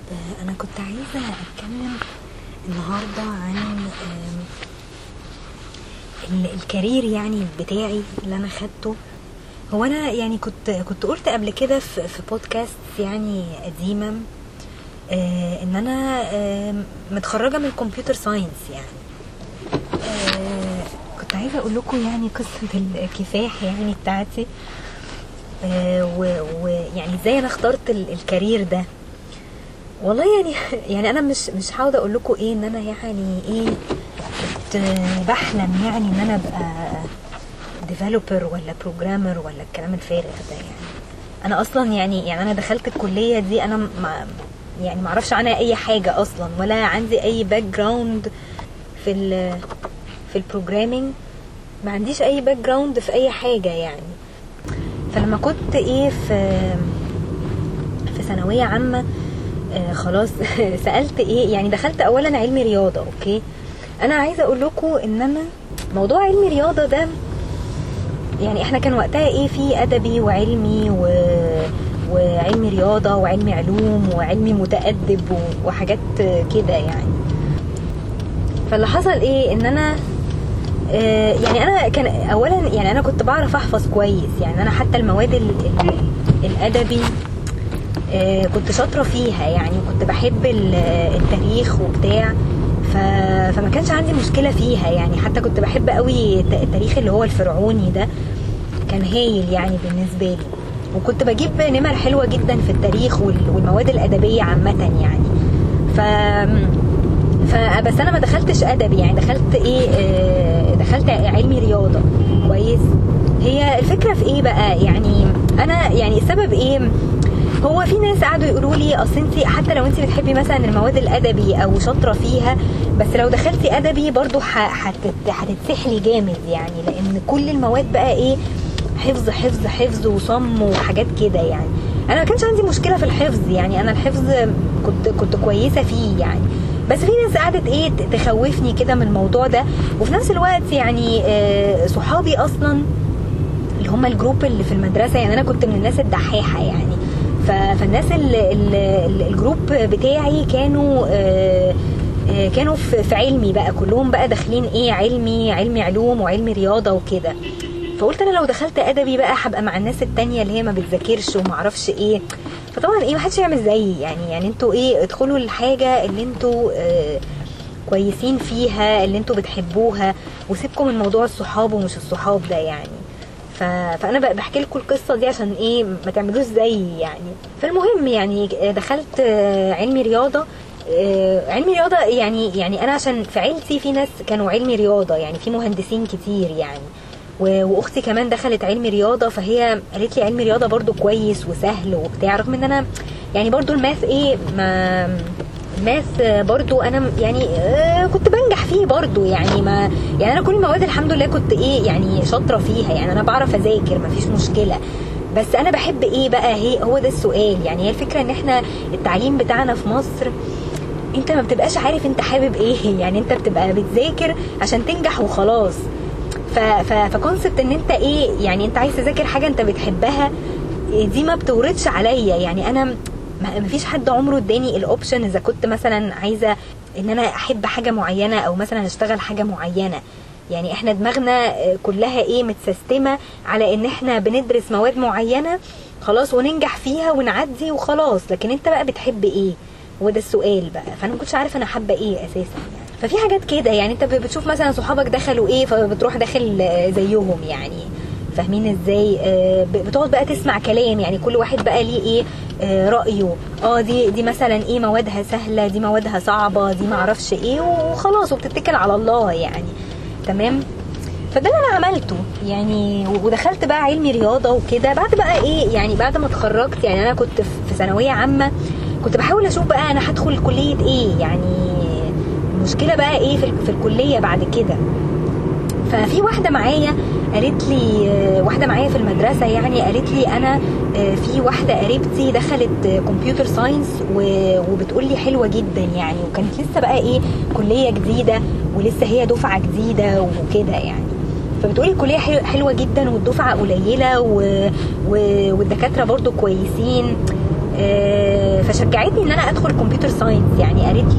أنا كنت عايزة أتكلم النهاردة عن الكارير يعني بتاعي اللي أنا خدته. هو أنا يعني كنت قلت قبل كده في بودكاست يعني قديمة إن أنا متخرجة من الكمبيوتر ساينس يعني. كنت عايزة أقول لكم يعني قصة الكفاح يعني بتاعتي، ويعني إزاي أنا اخترت الكارير ده. والله يعني انا مش هقعد اقول لكم ايه ان انا يعني ايه كنت بحلم يعني ان انا ابقى ديفلوبر ولا بروجرامر ولا الكلام الفارغ ده. يعني انا اصلا يعني انا دخلت الكليه دي انا ما اعرفش عنها اي حاجه اصلا، ولا عندي اي باك جراوند في البروجرامينج، ما عنديش اي باك جراوند في اي حاجه يعني. فلما كنت ايه في ثانويه عامه خلاص سألت ايه يعني، دخلت اولا علمي رياضة. اوكي، انا عايزة اقول لكم ان انا موضوع علمي رياضة ده يعني احنا كان وقتها ايه في ادبي وعلمي وعلمي رياضة وعلمي علوم وعلمي متأدب وحاجات كده يعني. فاللي حصل ايه ان انا يعني انا كان اولا يعني انا كنت بعرف احفظ كويس يعني. انا حتى المواد الادبي كنت شاطرة فيها يعني، وكنت بحب التاريخ وبتاع، فما كانش عندي مشكلة فيها يعني. حتى كنت بحب قوي التاريخ اللي هو الفرعوني ده، كان هايل يعني بالنسبة لي. وكنت بجيب نمر حلوة جدا في التاريخ والمواد الأدبية عامة يعني. بس أنا ما دخلتش أدبي يعني، دخلت علمي رياضة. كويس. هي الفكرة في ايه بقى يعني؟ أنا يعني السبب ايه؟ هو في ناس قعدوا يقولوا لي اصل انت حتى لو انت بتحبي مثلا المواد الادبي او شاطره فيها، بس لو دخلتي ادبي برضو هتتسحلي جامد يعني، لان كل المواد بقى ايه، حفظ حفظ حفظ وصم وحاجات كده يعني. انا ما كانش عندي مشكله في الحفظ يعني، انا الحفظ كنت كويسه فيه يعني. بس في ناس قعدت ايه تخوفني كده من الموضوع ده. وفي نفس الوقت يعني صحابي اصلا اللي هم الجروب اللي في المدرسه يعني، انا كنت من الناس الدحيحه يعني. فالناس الجروب بتاعي كانوا في علمي بقى، كلهم بقى داخلين ايه، علمي علوم وعلمي رياضة وكده. فقلت انا لو دخلت ادبي بقى هبقى مع الناس التانية اللي هي ما بتذاكرش وما اعرفش ايه. فطبعا ايه، محدش يعمل زيي يعني انتوا ايه، ادخلوا الحاجة اللي انتوا كويسين فيها، اللي انتوا بتحبوها، وسيبكم من موضوع الصحاب ومش الصحاب ده يعني. فانا بقى بحكي لكم القصه دي عشان ايه ما تعملوش زيي يعني. فالمهم يعني دخلت علمي رياضه. يعني انا عشان في عيلتي في ناس كانوا علمي رياضه يعني، في مهندسين كتير يعني. واختي كمان دخلت علمي رياضه، فهي قالت لي علمي رياضه برضو كويس وسهل وبتاع، رغم ان انا يعني برضو الماث ايه، ما الماث برضو انا يعني كنت بنجح فيه برضو يعني. ما يعني انا كل المواد الحمد لله كنت ايه يعني شاطره فيها يعني، انا بعرف اذاكر مفيش مشكله. بس انا بحب ايه بقى، هو ده السؤال يعني. هي الفكره ان احنا التعليم بتاعنا في مصر انت ما بتبقاش عارف انت حابب ايه يعني، انت بتبقى بتذاكر عشان تنجح وخلاص. فكونسبت ان انت ايه يعني، انت عايز تذاكر حاجه انت بتحبها، دي ما بتوردش عليا يعني. انا ما فيش حد عمره اداني الاوبشن اذا كنت مثلا عايزه ان انا احب حاجه معينه او مثلا اشتغل حاجه معينه يعني. احنا دماغنا كلها ايه، متسيستمه على ان احنا بندرس مواد معينه خلاص وننجح فيها ونعدي وخلاص. لكن انت بقى بتحب ايه، وده السؤال بقى. فانا ما كنتش عارفه انا حابه ايه اساسا يعني. ففي حاجات كده يعني، انت بتشوف مثلا صحابك دخلوا ايه فبتروح داخل زيهم يعني، فاهمين ازاي؟ بتقعد بقى تسمع كلام يعني، كل واحد بقى ليه ايه رأيه. دي مثلا ايه، موادها سهلة، دي موادها صعبة، دي معرفش ايه، وخلاص وبتتكل على الله يعني. تمام. فده اللي انا عملته يعني، ودخلت بقى علمي رياضة وكده. بعد بقى ايه يعني، بعد ما اتخرجت يعني، انا كنت في ثانوية عامة كنت بحاول اشوف بقى انا هدخل كلية ايه يعني. المشكلة بقى ايه في الكلية بعد كده. ففي واحدة معايا قالت لي، واحدة معايا في المدرسة يعني، قالت لي أنا في واحدة قريبتي دخلت كمبيوتر ساينس وبتقول لي حلوة جدا يعني، وكانت لسه بقى إيه كلية جديدة ولسه هي دفعة جديدة وكده يعني. فبتقولي الكلية حلوة جدا والدفعة قليلة والدكاترة برضو كويسين. فشجعتني ان انا ادخل كمبيوتر ساينس. يعني قالت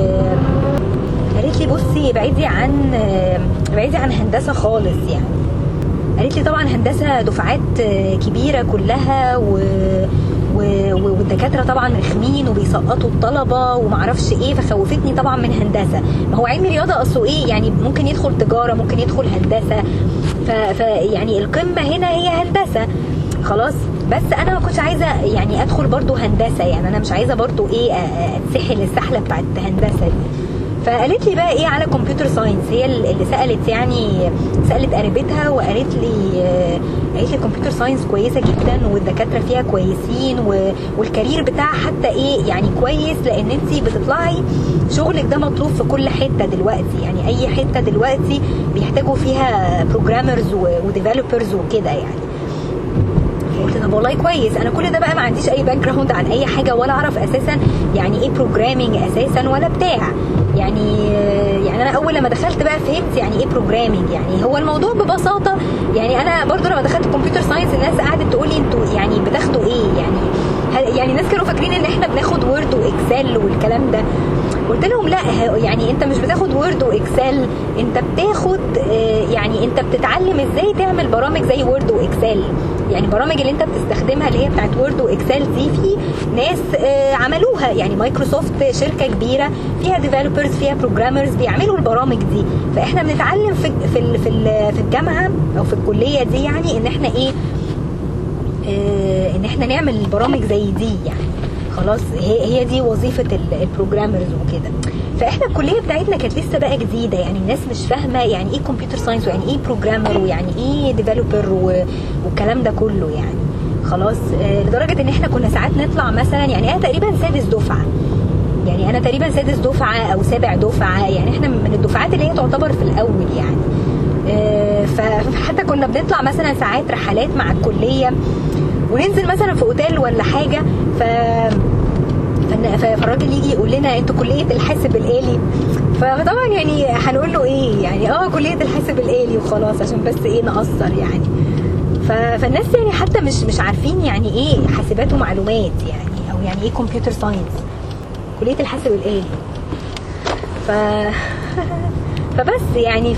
لي بصي ابعدي عن هندسه خالص. يعني قالت لي طبعا هندسه دفعات كبيره كلها والدكاتره طبعا رخمين وبيسقطوا الطلبه ومعرفش ايه، فخوفتني طبعا من هندسه. ما هو علم رياضه اصله ايه يعني، ممكن يدخل تجاره، ممكن يدخل هندسه، يعني القمه هنا هي هندسه خلاص. بس انا ما كنتش عايزه يعني ادخل برضو هندسه، يعني انا مش عايزه برضو ايه اتسحل السحله بتاعت هندسه دي. فقالت لي بقى ايه على كمبيوتر ساينس. هي اللي سالت قريبتها وقالت لي كمبيوتر ساينس كويسه جدا والدكاتره فيها كويسين والكارير بتاعها حتى ايه يعني كويس، لان انت بتطلعي شغلك ده مطلوب في كل حته دلوقتي. يعني اي حته دلوقتي بيحتاجوا فيها بروجرامرز وديفلوبرز وكده يعني. قلت طب والله كويس. انا كل ده بقى ما عنديش اي باك جراوند عن اي حاجه، ولا اعرف اساسا يعني ايه بروجرامينج اساسا ولا بتاع. يعني انا اول لما دخلت بقى فهمت يعني ايه بروجرامينج. يعني هو الموضوع ببساطه، يعني انا برضو لما دخلت كمبيوتر ساينس الناس قعدت تقول لي انتوا يعني بتاخدوا ايه يعني الناس كانوا فاكرين ان احنا بناخد وورد واكسل والكلام ده. قلت لهم لا، يعني انت مش بتاخد وورد واكسل، انت بتاخد يعني انت بتتعلم ازاي تعمل برامج زي وورد واكسل. يعني برامج اللي انت بتستخدمها اللي هي بتاعت وورد واكسل دي في ناس عملوها. يعني مايكروسوفت شركه كبيره فيها ديفلوبرز فيها بروجرامرز بيعملوا البرامج دي. فاحنا بنتعلم في الجامعه او في الكليه دي يعني ان احنا ايه ان احنا نعمل البرامج زي دي يعني خلاص. هي دي وظيفه البروجرامرز وكده. فاحنا الكليه بتاعتنا كانت لسه بقى جديده، يعني الناس مش فاهمه يعني ايه كمبيوتر ساينس ويعني ايه بروجرامر ويعني ايه ديفلوبر والكلام ده كله يعني خلاص. لدرجه ان احنا كنا ساعات نطلع مثلا، يعني انا تقريبا سادس دفعه او سابع دفعه. يعني احنا من الدفعات اللي هي تعتبر في الاول يعني. فحتى كنا بنطلع مثلا ساعات رحلات مع الكليه وننزل مثلا في اوتيل ولا حاجه. فالراجل يجي يقول لنا انتوا كليه الحاسب الالي. فطبعا يعني هنقول له ايه يعني كليه الحاسب الالي وخلاص عشان بس ايه نقصر يعني. فالناس يعني حتى مش عارفين يعني ايه حاسبات ومعلومات يعني، او يعني ايه كمبيوتر ساينس، كليه الحاسب الالي. فبس يعني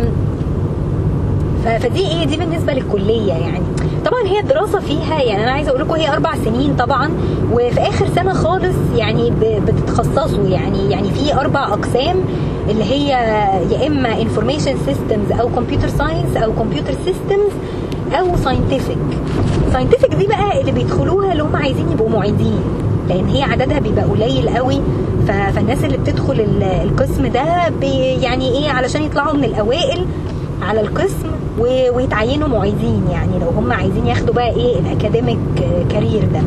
فدي دي بالنسبه للكليه يعني. طبعا هي الدراسه فيها يعني انا عايزه اقول لكم هي 4 سنين طبعا، وفي اخر سنه خالص يعني بتتخصصوا يعني في 4 اقسام اللي هي يا اما انفورميشن سيستمز او كمبيوتر ساينس او كمبيوتر سيستمز او ساينتفك دي بقى اللي بيدخلوها اللي هم عايزين يبقوا معيدين، لان هي عددها بيبقى قليل قوي. فالناس اللي بتدخل القسم ده يعني ايه علشان يطلعوا من الاوائل على القسم ويتعينوا معيدين، يعني لو هم عايزين ياخدوا بقى ايه الاكاديميك كارير ده.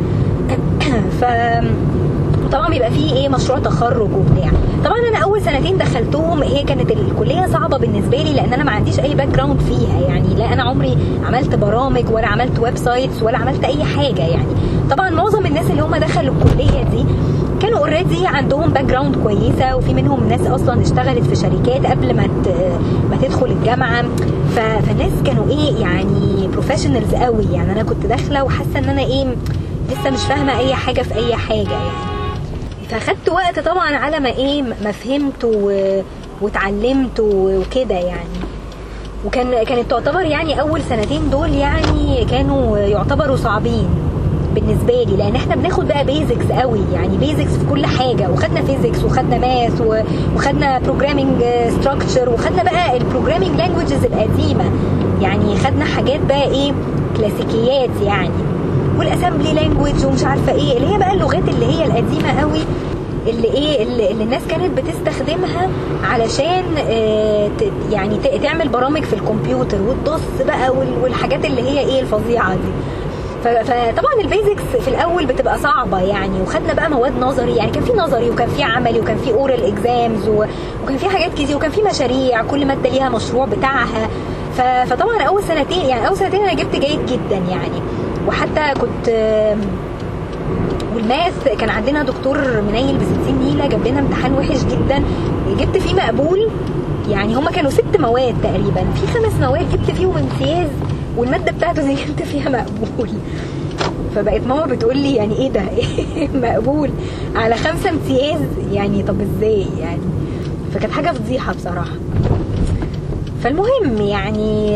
طبعا بيبقى فيه ايه مشروع تخرج وبتاع. طبعا انا اول سنتين دخلتهم هي كانت الكليه صعبه بالنسبه لي، لان انا ما عنديش اي باك جراوند فيها. يعني لا انا عمري عملت برامج ولا عملت ويب سايتس ولا عملت اي حاجه يعني. طبعا معظم الناس اللي هم دخلوا الكليه دي كانوا اوريدي عندهم باك جراوند كويسه، وفي منهم ناس اصلا اشتغلت في شركات قبل ما تدخل الجامعه. فالناس كانوا ايه يعني بروفيشنالز قوي. يعني انا كنت داخله وحاسه ان انا ايه لسه مش فاهمه اي حاجه في اي حاجه يعني. فاخدت وقت طبعا على ما فهمت واتعلمت وكده يعني. كانت تعتبر يعني اول سنتين دول يعني كانوا يعتبروا صعبين بالنسبه لي، لان احنا بناخد بقى بيزكس قوي، يعني بيزكس في كل حاجه، وخدنا فيزيكس وخدنا ماث وخدنا بروجرامينج ستراكشر وخدنا بقى البروجرامينج لانجويجز القديمه. يعني خدنا حاجات بقى ايه كلاسيكيات يعني، والاسامبلي لانجويج ومش عارفه ايه اللي هي بقى اللغات اللي هي القديمه قوي اللي الناس كانت بتستخدمها علشان يعني تعمل برامج في الكمبيوتر والدوس بقى والحاجات اللي هي ايه الفظيعه دي. فطبعا البيزكس في الاول بتبقى صعبه يعني. وخدنا بقى مواد نظري، يعني كان في نظري وكان في عملي وكان في اورال اكزامز وكان في حاجات كتير وكان في مشاريع، كل ماده ليها مشروع بتاعها. فطبعا اول سنتين انا جبت جيد جدا يعني. وحتى كنت والماث كان عندنا دكتور منيل ب60 نيله جاب لنا امتحان وحش جدا جبت فيه مقبول. يعني هما كانوا 6 مواد تقريبا، في 5 مواد جبت فيهم امتياز، والماده بتاعته دي جبت فيها مقبول. فبقت ماما بتقول لي يعني ايه ده مقبول على 5 امتياز يعني، طب ازاي يعني؟ فكانت حاجه فضيحه بصراحه. فالمهم يعني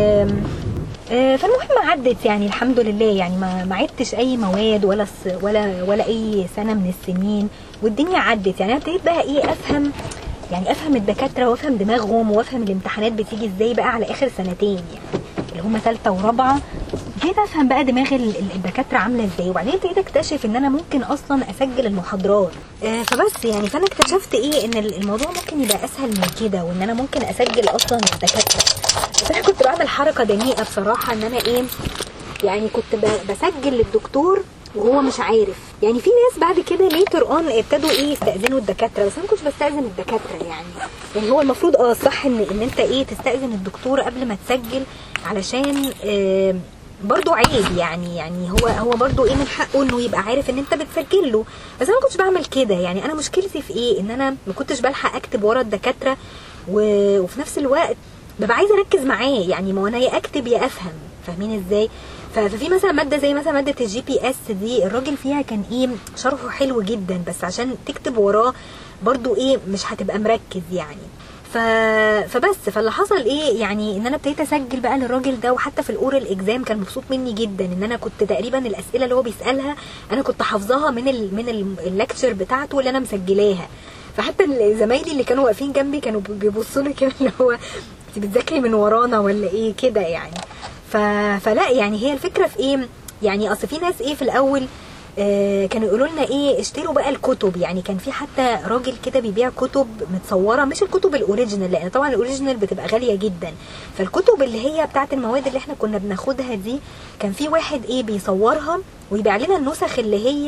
عدت يعني الحمد لله، يعني ما عدتش اي مواد ولا اي سنه من السنين، والدنيا عدت. يعني انا ابتديت بقى ايه افهم الدكاتره وافهم دماغهم وافهم الامتحانات بتيجي ازاي بقى على اخر سنتين يعني اللي هم ثالثه ورابعه. ابتديت افهم بقى دماغ الدكاتره عامله ازاي، وبعدين ابتديت اكتشف ان انا ممكن اصلا اسجل المحاضرات. فبس يعني فانا اكتشفت ايه ان الموضوع ممكن يبقى اسهل من كده، وان انا ممكن اسجل اصلا الدكاتره. بس انا كنت بعمل حركه دنيئه بصراحه، ان انا ايه يعني كنت بسجل للدكتور وهو مش عارف. يعني في ناس بعد كده ليتر اون ابتدوا ايه يستأذنوا الدكاتره، بس انا ما كنتش بستأذن الدكاتره. يعني هو المفروض صح ان انت ايه تستأذن الدكتور قبل ما تسجل، علشان برضو عيب يعني هو برضو ايه من حقه انه يبقى عارف ان انت بتسجل له. بس انا ما كنتش بعمل كده. يعني انا مشكلتي في ايه ان انا ما كنتش بلحق اكتب ورا الدكاتره، وفي نفس الوقت ببقى عايزه اركز معاه. يعني ما انا يا اكتب يا افهم، فاهمين ازاي؟ ففي مثلا ماده زي مثلا ماده الGPS دي، الراجل فيها كان ايه شرحه حلو جدا، بس عشان تكتب وراه برضو ايه مش هتبقى مركز يعني. فبس فاللي حصل ايه يعني ان انا ابتديت اسجل بقى للراجل ده. وحتى في الاورال اكزام كان مبسوط مني جدا، ان انا كنت تقريبا الاسئله اللي هو بيسالها انا كنت حافظاها من اللكتشر بتاعته اللي انا مسجلاها. فحتى زمايلي اللي كانوا واقفين جنبي كانوا بيبصوا لي كده اللي هو انت بتذاكري من ورانا ولا ايه كده يعني. فلا يعني هي الفكره في ايه يعني، اصل في ناس ايه في الاول كانوا يقولوا لنا ايه اشتروا بقى الكتب. يعني كان في حتى راجل كده بيبيع كتب متصوره، مش الكتب الاوريجينال لان طبعا الاوريجينال بتبقى غاليه جدا. فالكتب اللي هي بتاعه المواد اللي احنا كنا بناخدها دي كان في واحد ايه بيصورها ويبيع لنا النسخ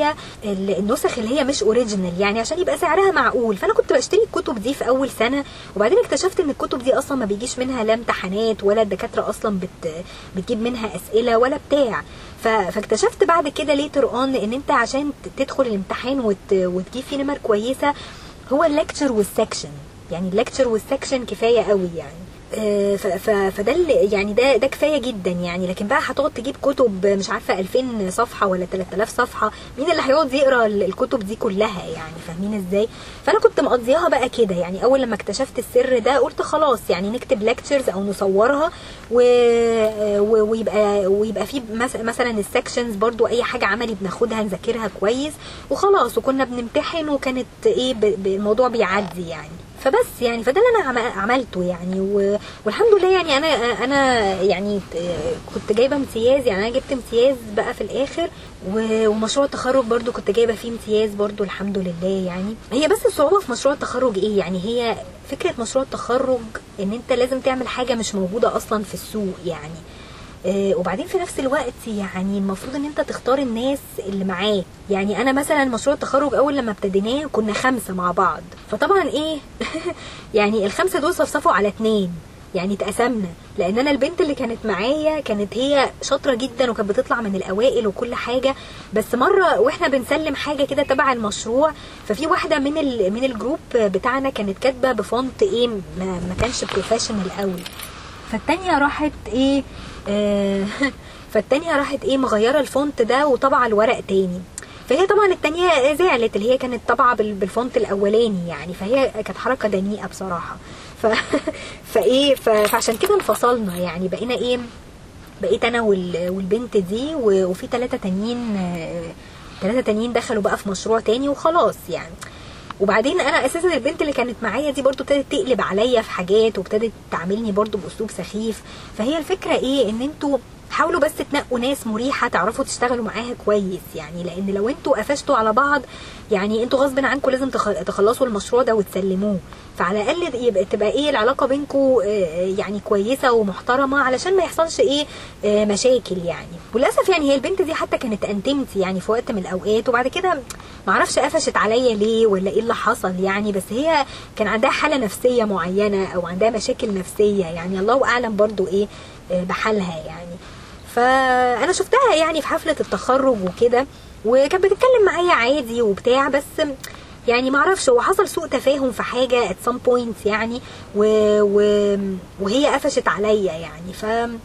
اللي هي مش اوريجينال، يعني عشان يبقى سعرها معقول. فانا كنت بشتري الكتب دي في اول سنه، وبعدين اكتشفت ان الكتب دي اصلا ما بيجيش منها لا امتحانات ولا الدكاتره اصلا بتجيب منها اسئله ولا بتاع. فاكتشفت بعد كده ليتر اون ان انت عشان تدخل الامتحان وتجيب فيه نمر كويسه هو الليكتشر والسكشن. يعني الليكتشر والسكشن كفايه قوي يعني. فده يعني ده كفايه جدا يعني. لكن بقى هتقعد تجيب كتب مش عارفه 2000 صفحه ولا 3000 صفحه، مين اللي هيقعد يقرا الكتب دي كلها يعني؟ فاهمين ازاي؟ فانا كنت مقضياها بقى كده يعني. اول لما اكتشفت السر ده قلت خلاص يعني نكتب ليكتشرز او نصورها ويبقى في مثلا السكشنز برضو اي حاجه عملي بناخدها نذاكرها كويس وخلاص، وكنا بنمتحن وكانت ايه الموضوع بيعدي يعني. فبس يعني فده اللي انا عملته يعني. والحمد لله يعني انا يعني كنت جايبه امتياز. يعني انا جبت امتياز بقى في الاخر، ومشروع التخرج برضو كنت جايبه فيه امتياز برضو الحمد لله يعني. هي بس الصعوبه في مشروع التخرج ايه يعني، هي فكره مشروع التخرج ان انت لازم تعمل حاجه مش موجوده اصلا في السوق يعني. وبعدين في نفس الوقت يعني المفروض ان انت تختار الناس اللي معاك. يعني انا مثلا مشروع التخرج اول لما ابتديناه كنا 5 مع بعض، فطبعا ايه يعني ال5 دول صفصفوا على 2 يعني اتقسمنا. لان انا البنت اللي كانت معايا كانت هي شاطره جدا وكانت بتطلع من الاوائل وكل حاجه، بس مره واحنا بنسلم حاجه كده تبع المشروع ففي واحده من الجروب بتاعنا كانت كاتبه بفونت ايه ما كانش بروفيشنال قوي. فالتانية راحت ايه مغيره الفونت ده وطبعه الورق تاني. فهي طبعا التانية زعلت اللي هي كانت طبعه بالفونت الاولاني يعني. فهي كانت حركه دنيئه بصراحه. فعشان كده انفصلنا يعني. بقيت انا والبنت دي وفي 3 تانيين دخلوا بقى في مشروع تاني وخلاص يعني. وبعدين انا اساسا البنت اللي كانت معايا دي برضو ابتدت تقلب عليا في حاجات وابتدت تعاملني برضو باسلوب سخيف. فهي الفكره ايه ان انتوا حاولوا بس تنقوا ناس مريحه تعرفوا تشتغلوا معاها كويس يعني. لان لو انتوا قفشتوا على بعض يعني انتوا غصب عنكم لازم تخلصوا المشروع ده وتسلموه. فعلى الاقل تبقى ايه العلاقه بينكم يعني كويسه ومحترمه علشان ما يحصلش ايه مشاكل يعني. وللاسف يعني هي البنت دي حتى كانت انتمتي يعني في وقت من الاوقات، وبعد كده معرفش قفشت عليا ليه ولا ايه اللي حصل يعني. بس هي كان عندها حاله نفسيه معينه او عندها مشاكل نفسيه يعني، الله اعلم برضو ايه بحالها يعني. فانا شفتها يعني في حفله التخرج وكده، وكانت بتتكلم معايا عادي وبتاع، بس يعني معرفش هو حصل سوء تفاهم في حاجه at some point يعني وهي قفشت عليا يعني.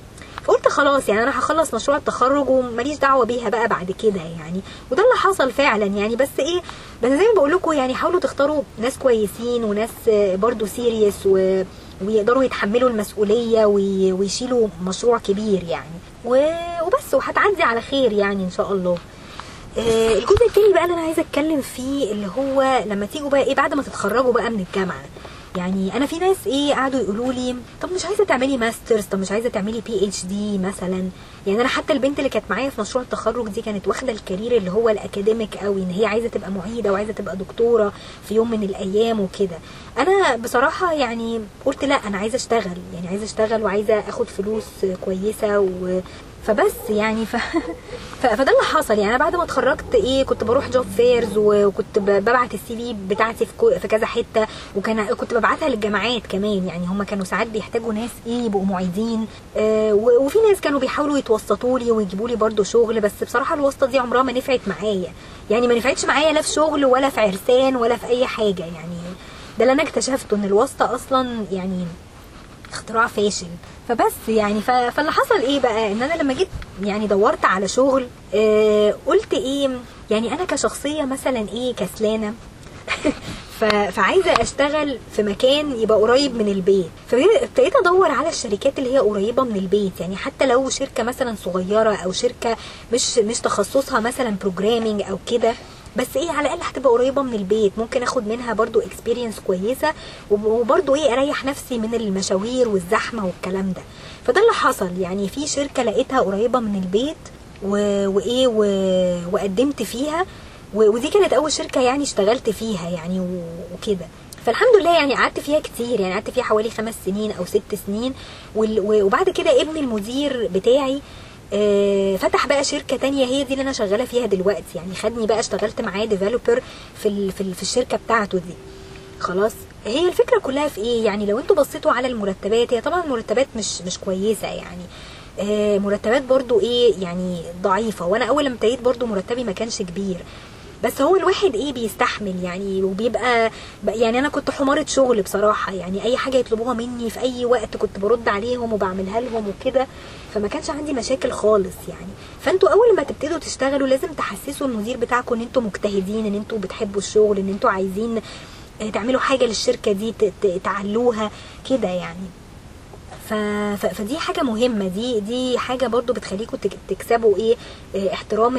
فقلت خلاص يعني انا هخلص مشروع التخرج وماليش دعوه بيها بقى بعد كده يعني. وده اللي حصل فعلا يعني. بس ايه، بس زي ما بقول لكم يعني حاولوا تختاروا ناس كويسين وناس برضو سيريس ويقدروا يتحملوا المسؤوليه ويشيلوا مشروع كبير يعني. وبس، وهتعدي على خير يعني ان شاء الله. الجزء التاني بقى اللي انا عايزه اتكلم فيه اللي هو لما تيجوا بقى ايه بعد ما تتخرجوا بقى من الجامعه. يعني انا في ناس ايه قعدوا يقولوا لي طب مش عايزه تعملي ماسترز، طب مش عايزه تعملي PhD مثلا. يعني انا حتى البنت اللي كانت معايا في مشروع التخرج دي كانت واخده الكارير اللي هو الاكاديميك قوي، ان هي عايزه تبقى معيده وعايزه تبقى دكتوره في يوم من الايام وكده. انا بصراحه يعني قلت لا، انا عايزه اشتغل، يعني عايزه اشتغل وعايزه اخد فلوس كويسه فبس يعني فده اللي حصل. يعني انا بعد ما اتخرجت ايه كنت بروح جوب فيرز وكنت ببعت الCV بتاعتي في كذا حته، كنت ببعتها للجامعات كمان. يعني هم كانوا ساعات بيحتاجوا ناس ايه يبقوا معيدين، وفي ناس كانوا بيحاولوا يتوسطوا لي ويجيبوا لي برده شغل. بس بصراحه الواسطه دي عمرها ما نفعت معايا، يعني ما نفعتش معايا لا في شغل ولا في عرسان ولا في اي حاجه. يعني ده اللي انا اكتشفته، ان الواسطه اصلا يعني اختراع فاشل. فبس يعني فاللي حصل ايه بقى، ان انا لما جيت يعني دورت على شغل قلت ايه، يعني انا كشخصيه مثلا ايه كسلانه فعايزه اشتغل في مكان يبقى قريب من البيت. فابتديت ادور على الشركات اللي هي قريبه من البيت، يعني حتى لو شركه مثلا صغيره او شركه مش تخصصها مثلا بروجرامينج او كده، بس ايه على الاقل هتبقى قريبه من البيت، ممكن اخد منها برضو اكسبيرينس كويسه، وبرضو ايه اريح نفسي من المشاوير والزحمه والكلام ده. فده اللي حصل. يعني في شركه لقيتها قريبه من البيت وايه وقدمت فيها، ودي كانت اول شركه يعني اشتغلت فيها يعني وكده. فالحمد لله يعني قعدت فيها كتير، يعني قعدت فيها حوالي 5 سنين او 6 سنين. وبعد كده ابن المدير بتاعي فتح بقى شركة تانية، هي دي اللي انا شغالة فيها دلوقتي. يعني خدني بقى اشتغلت معاه ديفلوبر في الشركة بتاعته دي. خلاص، هي الفكرة كلها في ايه، يعني لو انتوا بصيتوا على المرتبات، هي طبعا المرتبات مش كويسة يعني. مرتبات برضو ايه يعني ضعيفة. وانا اول لما ابتديت برضو مرتبي ما كانش كبير، بس هو الواحد ايه بيستحمل يعني. وبيبقى يعني انا كنت حمارة شغل بصراحة، يعني اي حاجة يطلبوها مني في اي وقت كنت برد عليهم وبعملها لهم وكده، فما كانش عندي مشاكل خالص يعني. فانتوا اول ما تبتدوا تشتغلوا لازم تحسسوا المدير بتاعكم ان انتوا مجتهدين، ان انتوا بتحبوا الشغل، ان انتوا عايزين تعملوا حاجة للشركة دي تعلوها كده يعني. فدي حاجة مهمة، دي حاجة برضو بتخليكم تكسبوا ايه احترام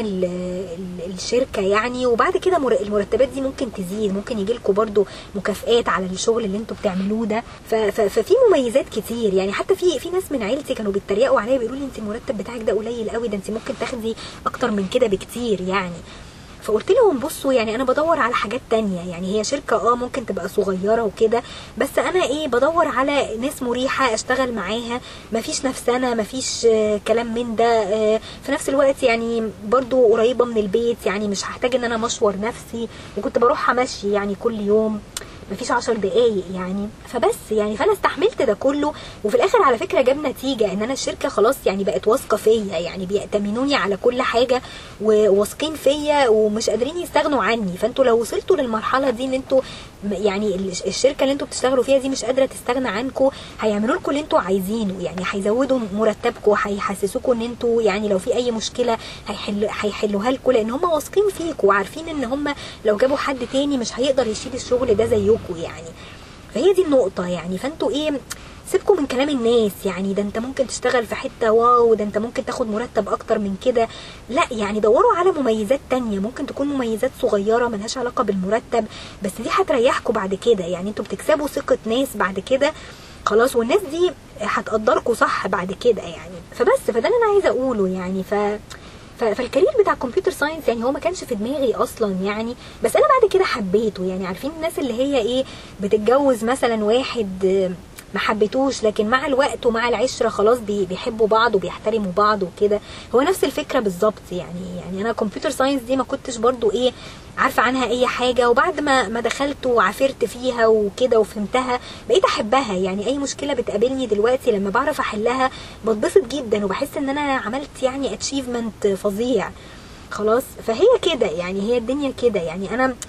الشركة يعني. وبعد كده المرتبات دي ممكن تزيد، ممكن يجيلكم برضو مكافآت على الشغل اللي انتوا بتعملوه ده. ففي مميزات كتير يعني. حتى في ناس من عيلتي كانوا بيتريقوا عليا بيقولوا لي انت المرتب بتاعك ده قليل قوي، ده انت ممكن تاخدي اكتر من كده بكتير يعني. فقلت لهم بصوا يعني انا بدور على حاجات تانية، يعني هي شركة ممكن تبقى صغيرة وكده، بس انا ايه بدور على ناس مريحة اشتغل معاها، مفيش نفسنا، مفيش كلام من ده، في نفس الوقت يعني برضو قريبة من البيت، يعني مش هحتاج ان انا مشور نفسي، وكنت بروح امشي يعني كل يوم مفيش 10 دقايق يعني. فبس يعني فانا استحملت ده كله، وفي الاخر على فكره جاب نتيجه، ان انا الشركه خلاص يعني بقت واثقه فيا، يعني بيأتمنوني على كل حاجه وواثقين فيا ومش قادرين يستغنوا عني. فانتوا لو وصلتوا للمرحله دي ان انتوا يعني الشركه اللي انتوا بتشتغلوا فيها دي مش قادره تستغنى عنكم، هيعملوا لكم اللي انتوا عايزينه، يعني هيزودوا مرتبكم، هيحسسوكم ان انتوا يعني لو في اي مشكله هيحلوها لكم، لان هم واثقين فيكم وعارفين ان هم لو جابوا حد تاني مش هيقدر يشيل الشغل ده زيكم يعني. فهي دي النقطه يعني. فانتوا ايه سيبكم من كلام الناس، يعني ده انت ممكن تشتغل في حته واو، ده انت ممكن تاخد مرتب اكتر من كده. لا يعني دوروا على مميزات تانية، ممكن تكون مميزات صغيره ملهاش علاقه بالمرتب، بس دي هتريحكم بعد كده، يعني انتوا بتكسبوا ثقه ناس بعد كده خلاص، والناس دي هتقدركم صح بعد كده يعني. فده اللي انا عايزه اقوله يعني. فالكارير بتاع كمبيوتر ساينس يعني هو ما كانش في دماغي اصلا يعني، بس انا بعد كده حبيته. يعني عارفين الناس اللي هي ايه بتتجوز مثلا واحد ما حبيتوش، لكن مع الوقت ومع العشره خلاص بيحبوا بعض وبيحترموا بعض وكده، هو نفس الفكره بالظبط يعني انا كمبيوتر ساينس دي ما كنتش برضو ايه عارفه عنها اي حاجه، وبعد ما دخلت وعافرت فيها وكده وفهمتها بقيت احبها. يعني اي مشكله بتقابلني دلوقتي لما بعرف احلها بتبسط جدا، وبحس ان انا عملت يعني اتشيفمنت فظيع خلاص. فهي كده يعني، هي الدنيا كده يعني. انا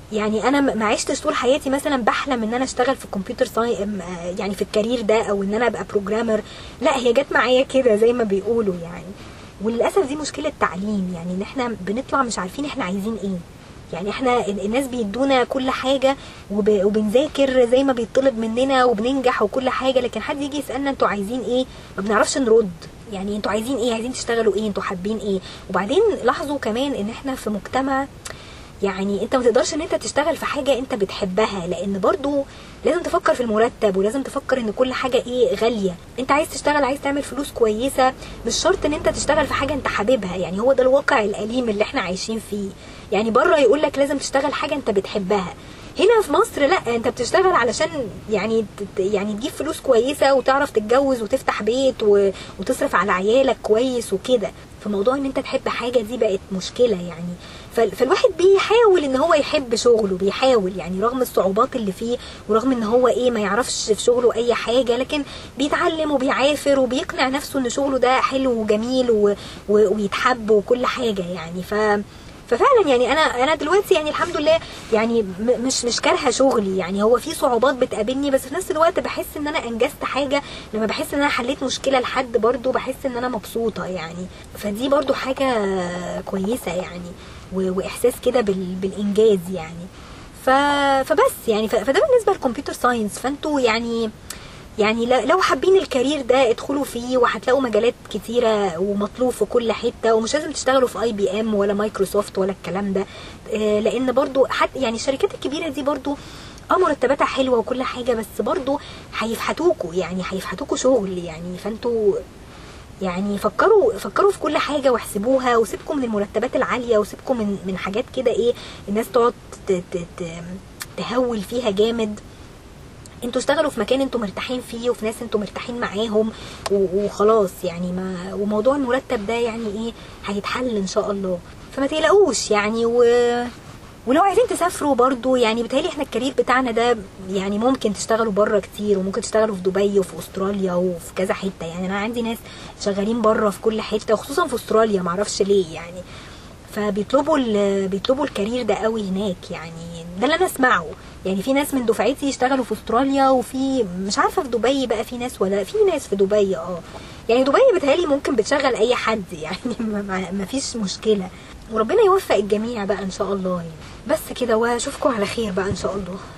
يعني انا ما عشتش طول حياتي مثلا بحلم ان انا اشتغل في الكمبيوتر يعني في الكارير ده، او ان انا ابقى بروجرامر. لا، هي جت معايا كده زي ما بيقولوا يعني. وللاسف دي مشكله تعليم، يعني ان احنا بنطلع مش عارفين احنا عايزين ايه. يعني احنا الناس بيدونا كل حاجه وبنذاكر زي ما بيطلب مننا وبننجح وكل حاجه، لكن حد يجي يسالنا انتوا عايزين ايه ما بنعرفش نرد. يعني انتوا عايزين ايه؟ عايزين تشتغلوا ايه؟ انتوا حابين ايه؟ وبعدين لاحظوا كمان ان احنا في مجتمع، يعني انت ما تقدرش ان انت تشتغل في حاجه انت بتحبها، لان برضو لازم تفكر في المرتب، ولازم تفكر ان كل حاجه ايه غاليه. انت عايز تشتغل، عايز تعمل فلوس كويسه، مش شرط ان انت تشتغل في حاجه انت حاببها. يعني هو ده الواقع الاليم اللي احنا عايشين فيه. يعني بره يقول لك لازم تشتغل حاجه انت بتحبها، هنا في مصر لا، انت بتشتغل علشان يعني تجيب فلوس كويسه وتعرف تتجوز وتفتح بيت وتصرف على عيالك كويس وكده. فموضوع ان انت تحب حاجه دي بقت مشكله يعني. فالواحد بيحاول ان هو يحب شغله، بيحاول يعني رغم الصعوبات اللي فيه، ورغم ان هو ايه ما يعرفش في شغله اي حاجه، لكن بيتعلم وبيعافر وبيقنع نفسه ان شغله ده حلو وجميل ويتحب وكل حاجه يعني. ففعلا يعني انا دلوقتي يعني الحمد لله يعني مش كارهه شغلي. يعني هو في صعوبات بتقابلني، بس في نفس الوقت بحس ان انا انجزت حاجه. لما بحس ان انا حليت مشكله لحد برضو بحس ان انا مبسوطه يعني. فدي برضو حاجه كويسه يعني، واحساس كده بالانجاز يعني. فبس يعني فده بالنسبه للكمبيوتر ساينس. فانتوا يعني لو حابين الكارير ده ادخلوا فيه، وهتلاقوا مجالات كتيرة ومطلوب في كل حتة، ومش لازم تشتغلوا في IBM ولا مايكروسوفت ولا الكلام ده. لان برضو حتى يعني الشركات الكبيرة دي برضو مرتباتها حلوة وكل حاجة، بس برضو هيفحتوكوا، يعني هيفحتوكوا شغل يعني. فانتوا يعني فكروا في كل حاجة واحسبوها، وسيبكم من المرتبات العالية، وسيبكم من حاجات كده ايه الناس تقعد تهول فيها جامد. انتوا اشتغلوا في مكان انتوا مرتاحين فيه، وفي ناس انتوا مرتاحين معاهم وخلاص يعني. وموضوع المرتب ده يعني ايه هيتحل ان شاء الله. فما تقلقوش يعني. ولو عايزين تسافروا برضو يعني بتهيألي احنا الكارير بتاعنا ده يعني ممكن تشتغلوا بره كتير، وممكن تشتغلوا في دبي وفي استراليا وفي كذا حته. يعني انا عندي ناس شغالين بره في كل حته، وخصوصا في استراليا معرفش ليه يعني. بيطلبوا الكارير ده قوي هناك يعني. ده اللي انا اسمعه يعني. في ناس من دفعتي يشتغلوا في استراليا، وفي مش عارفه في دبي بقى في ناس ولا في ناس في دبي. يعني دبي بتهيألي ممكن بتشغل اي حد يعني ما فيش مشكله. وربنا يوفق الجميع بقى ان شاء الله يعني. بس كده، واشوفكم على خير بقى ان شاء الله.